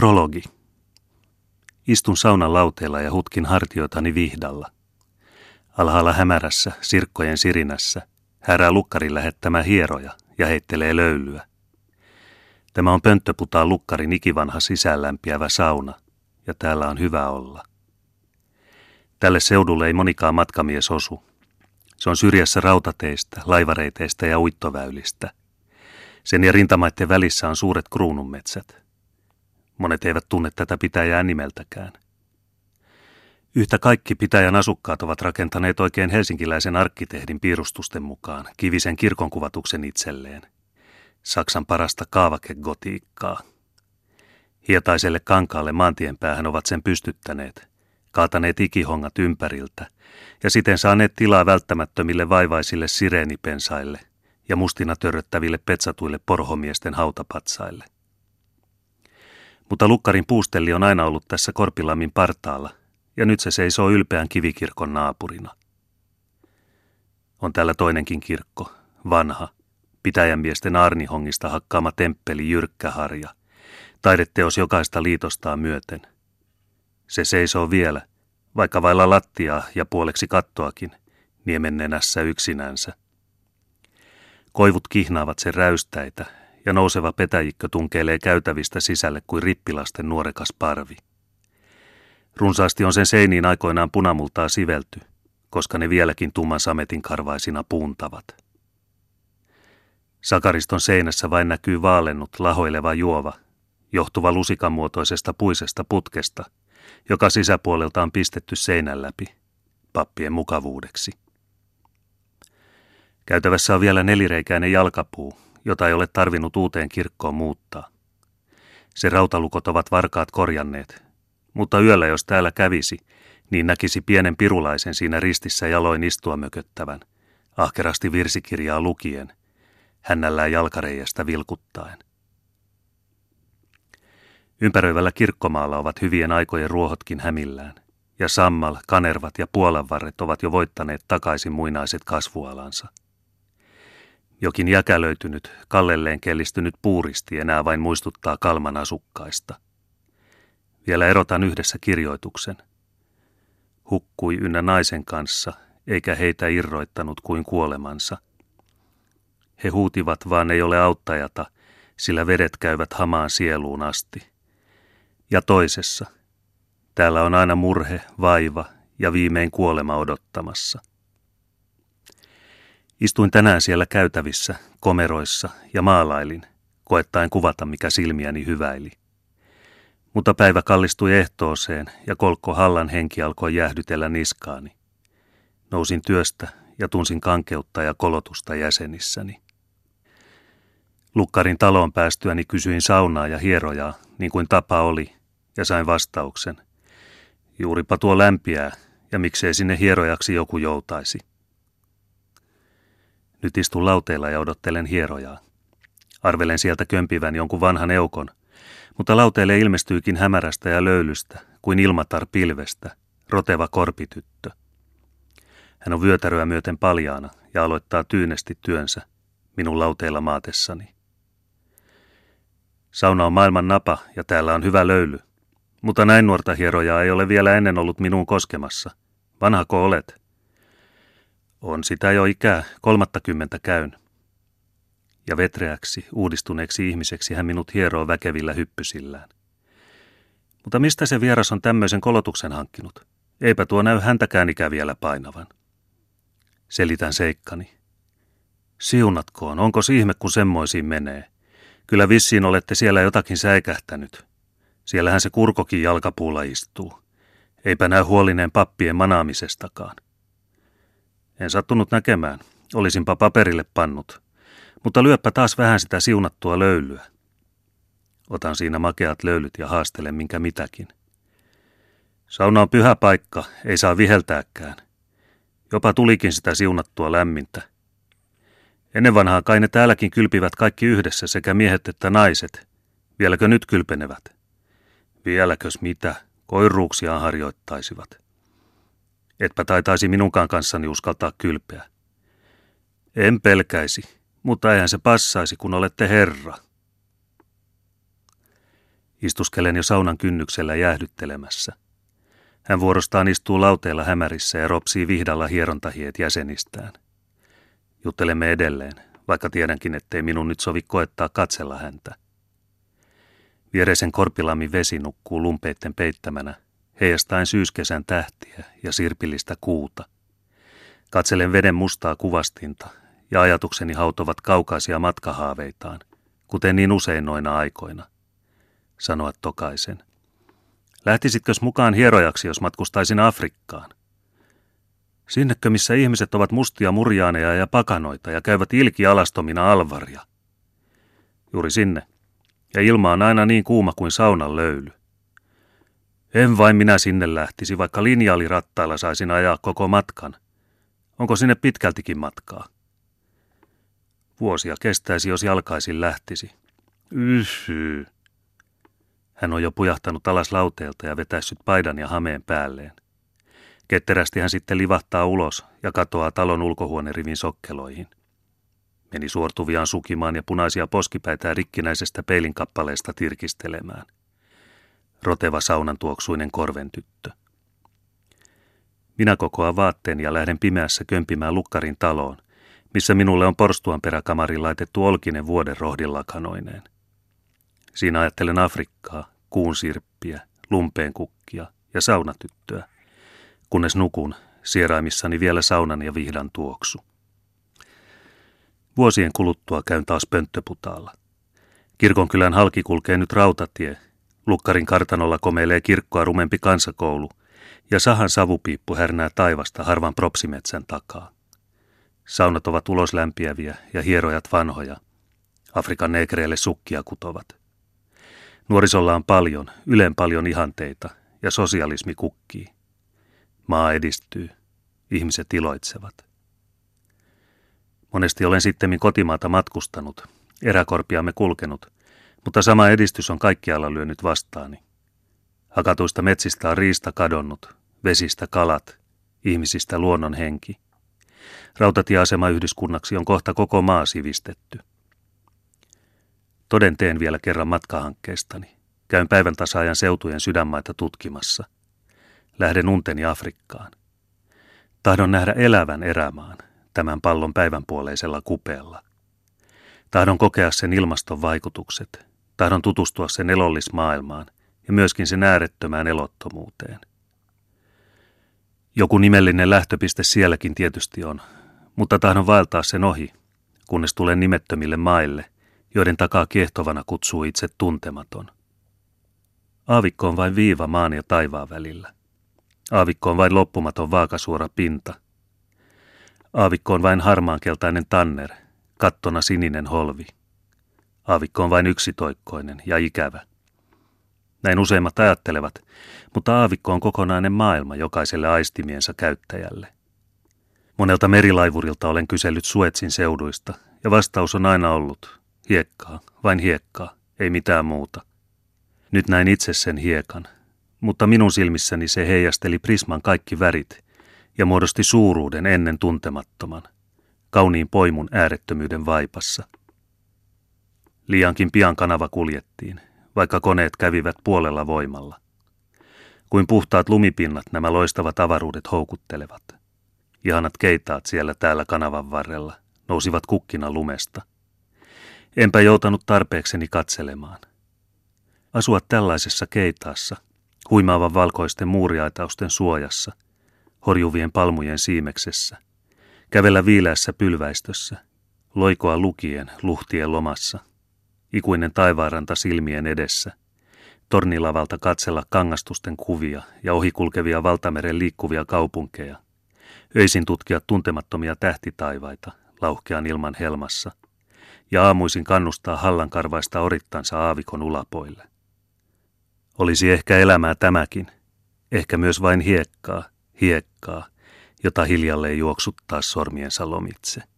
Prologi. Istun saunan lauteella ja hutkin hartioitani vihdalla. Alhaalla hämärässä, sirkkojen sirinässä, häärää lukkarin lähettämä hieroja ja heittelee löylyä. Tämä on Pönttöputaan lukkarin ikivanha sisäänlämpiävä sauna, ja täällä on hyvä olla. Tälle seudulle ei monikaan matkamies osu. Se on syrjässä rautateistä, laivareiteistä ja uittoväylistä. Sen ja rintamaiden välissä on suuret kruununmetsät. Monet eivät tunne tätä pitäjää nimeltäkään. Yhtä kaikki pitäjän asukkaat ovat rakentaneet oikein helsinkiläisen arkkitehdin piirustusten mukaan kivisen kirkonkuvatuksen itselleen. Saksan parasta kaavakegotiikkaa. Hietaiselle kankaalle maantien päähän ovat sen pystyttäneet, kaataneet ikihongat ympäriltä ja siten saaneet tilaa välttämättömille vaivaisille sireenipensaille ja mustina törröttäville petsatuille porhomiesten hautapatsaille. Mutta lukkarin puustelli on aina ollut tässä Korpilammin partaalla, ja nyt se seisoo ylpeän kivikirkon naapurina. On täällä toinenkin kirkko, vanha, pitäjänmiesten aarnihongista hakkaama temppeli Jyrkkäharja, taideteos jokaista liitostaan myöten. Se seisoo vielä, vaikka vailla lattiaa ja puoleksi kattoakin, niemennenässä yksinänsä. Koivut kihnaavat sen räystäitä, ja nouseva petäjikkö tunkeilee käytävistä sisälle kuin rippilasten nuorekas parvi. Runsaasti on sen seiniin aikoinaan punamultaa sivelty, koska ne vieläkin tumman sametin karvaisina puuntavat. Sakariston seinässä vain näkyy vaalennut lahoileva juova, johtuva lusikanmuotoisesta puisesta putkesta, joka sisäpuolelta on pistetty seinän läpi, pappien mukavuudeksi. Käytävässä on vielä nelireikäinen jalkapuu, jota ei ole tarvinnut uuteen kirkkoon muuttaa. Se rautalukot ovat varkaat korjanneet, mutta yöllä jos täällä kävisi, niin näkisi pienen pirulaisen siinä ristissä jaloin istua mököttävän, ahkerasti virsikirjaa lukien, hännällään jalkareijästä vilkuttaen. Ympäröivällä kirkkomaalla ovat hyvien aikojen ruohotkin hämillään, ja sammal, kanervat ja puolanvarret ovat jo voittaneet takaisin muinaiset kasvualansa. Jokin jäkälöitynyt, kallelleen kellistynyt puuristi enää vain muistuttaa Kalman asukkaista. Vielä erotan yhdessä kirjoituksen. Hukkui ynnä naisen kanssa, eikä heitä irroittanut kuin kuolemansa. He huutivat, vaan ei ole auttajata, sillä vedet käyvät hamaan sieluun asti. Ja toisessa. Täällä on aina murhe, vaiva ja viimein kuolema odottamassa. Istuin tänään siellä käytävissä, komeroissa ja maalailin, koettaen kuvata mikä silmiäni hyväili. Mutta päivä kallistui ehtooseen ja kolkko Hallan henki alkoi jäähdytellä niskaani. Nousin työstä ja tunsin kankeutta ja kolotusta jäsenissäni. Lukkarin taloon päästyäni kysyin saunaa ja hierojaa, niin kuin tapa oli, ja sain vastauksen. Juuripa tuo lämpiää, ja miksei sinne hierojaksi joku joutaisi. Nyt istun lauteella ja odottelen hierojaa. Arvelen sieltä kömpivän jonkun vanhan eukon, mutta lauteelle ilmestyykin hämärästä ja löylystä, kuin ilmatar pilvestä, roteva korpityttö. Hän on vyötäröä myöten paljaana ja aloittaa tyynesti työnsä, minun lauteella maatessani. Sauna on maailman napa ja täällä on hyvä löyly, mutta näin nuorta hierojaa ei ole vielä ennen ollut minuun koskemassa. Vanhako olet? On sitä jo ikää, 30 käyn. Ja vetreäksi, uudistuneeksi ihmiseksi hän minut hieroo väkevillä hyppysillään. Mutta mistä se vieras on tämmöisen kolotuksen hankkinut? Eipä tuo näy häntäkään ikä vielä painavan. Selitän seikkani. Siunatkoon, onko ihme kun semmoisiin menee? Kyllä vissiin olette siellä jotakin säikähtänyt. Siellähän se kurkokin jalkapuulla istuu. Eipä näy huolineen pappien manaamisestakaan. En sattunut näkemään, olisinpa paperille pannut, mutta lyöppä taas vähän sitä siunattua löylyä. Otan siinä makeat löylyt ja haastelen minkä mitäkin. Sauna on pyhä paikka, ei saa viheltääkään. Jopa tulikin sitä siunattua lämmintä. Ennen vanhaa kai ne täälläkin kylpivät kaikki yhdessä, sekä miehet että naiset. Vieläkö nyt kylpenevät? Vieläkös mitä, koiruuksiaan harjoittaisivat. Etpä taitaisi minunkaan kanssani uskaltaa kylpeä. En pelkäisi, mutta eihän se passaisi, kun olette herra. Istuskelen jo saunan kynnyksellä jäähdyttelemässä. Hän vuorostaan istuu lauteella hämärissä ja ropsii Vihdalla hierontahiet jäsenistään. Juttelemme edelleen, vaikka tiedänkin, ettei minun nyt sovi koettaa katsella häntä. Viereisen Korpilammin vesi nukkuu lumpeitten peittämänä, heijastaen syyskesän tähtiä ja sirpillistä kuuta. Katselen veden mustaa kuvastinta ja ajatukseni hautovat kaukaisia matkahaaveitaan, kuten niin usein noina aikoina. Sanoa tokaisen. Lähtisitkös mukaan hierojaksi, jos matkustaisin Afrikkaan? Sinnekö, missä ihmiset ovat mustia murjaaneja ja pakanoita ja käyvät ilkialastomina alvaria? Juuri sinne. Ja ilma on aina niin kuuma kuin saunan löyly. En vain minä sinne lähtisi, vaikka linjaalirattailla saisin ajaa koko matkan. Onko sinne pitkältikin matkaa? Vuosia kestäisi, jos jalkaisin lähtisi. Yhyy. Hän on jo pujahtanut alas lauteelta ja vetäissyt paidan ja hameen päälleen. Ketterästi hän sitten livahtaa ulos ja katoaa talon ulkohuonerivin sokkeloihin. Meni suortuviaan sukimaan ja punaisia poskipäitään rikkinäisestä peilinkappaleesta tirkistelemään. Roteva saunan tuoksuinen korventyttö. Minä kokoan vaatteen ja lähden pimeässä kömpimään Lukkarin taloon, missä minulle on porstuan peräkamariin laitettu olkinen vuoden rohdinlakanoineen. Siinä ajattelen Afrikkaa, kuunsirppiä, lumpeenkukkia ja saunatyttöä, kunnes nukun sieraimissani vielä saunan ja vihdan tuoksu. Vuosien kuluttua käyn taas pönttöputaalla. Kirkonkylän halki kulkee nyt rautatie, Lukkarin kartanolla komeilee kirkkoa rumempi kansakoulu ja sahan savupiippu härnää taivasta harvan propsimetsän takaa. Saunat ovat uloslämpiäviä ja hierojat vanhoja. Afrikan neegreille sukkia kutovat. Nuorisolla on paljon, ylen paljon ihanteita ja sosialismi kukkii. Maa edistyy, ihmiset iloitsevat. Monesti olen sittemmin kotimaata matkustanut, eräkorpiamme kulkenut, mutta sama edistys on kaikkialla lyönyt vastaani. Hakatuista metsistä on riista kadonnut, vesistä kalat, ihmisistä luonnon henki. Rautatieasemayhdyskunnaksi on kohta koko maa sivistetty. Toden teen vielä kerran matkahankkeestani. Käyn päivän tasaajan seutujen sydänmaita tutkimassa. Lähden unteni Afrikkaan. Tahdon nähdä elävän erämaan tämän pallon päivänpuoleisella kupeella. Tahdon kokea sen ilmaston vaikutukset. Tahdon tutustua sen elollismaailmaan ja myöskin sen äärettömään elottomuuteen. Joku nimellinen lähtöpiste sielläkin tietysti on, mutta tahdon vaeltaa sen ohi, kunnes tulen nimettömille maille, joiden takaa kiehtovana kutsuu itse tuntematon. Aavikko on vain viiva maan ja taivaan välillä. Aavikko on vain loppumaton vaakasuora pinta. Aavikko on vain harmaankeltainen tanner, kattona sininen holvi. Aavikko on vain yksitoikkoinen ja ikävä. Näin useimmat ajattelevat, mutta aavikko on kokonainen maailma jokaiselle aistimiensa käyttäjälle. Monelta merilaivurilta olen kysellyt Suetsin seuduista, ja vastaus on aina ollut hiekkaa, vain hiekkaa, ei mitään muuta. Nyt näin itse sen hiekan, mutta minun silmissäni se heijasteli prisman kaikki värit ja muodosti suuruuden ennen tuntemattoman, kauniin poimun äärettömyyden vaipassa. Liiankin pian kanava kuljettiin, vaikka koneet kävivät puolella voimalla. Kuin puhtaat lumipinnat nämä loistavat avaruudet houkuttelevat. Ihanat keitaat siellä täällä kanavan varrella nousivat kukkina lumesta. Enpä joutanut tarpeekseni katselemaan. Asua tällaisessa keitaassa, huimaavan valkoisten muuriaitausten suojassa, horjuvien palmujen siimeksessä, kävellä viileässä pylväistössä, loikoa lukien luhtien lomassa, ikuinen taivaanranta silmien edessä, tornilavalta katsella kangastusten kuvia ja ohikulkevia valtameren liikkuvia kaupunkeja, öisin tutkia tuntemattomia tähtitaivaita lauhkean ilman helmassa ja aamuisin kannustaa hallankarvaista orittansa aavikon ulapoille. Olisi ehkä elämää tämäkin, ehkä myös vain hiekkaa, jota hiljalleen juoksuttaa sormiensa lomitse.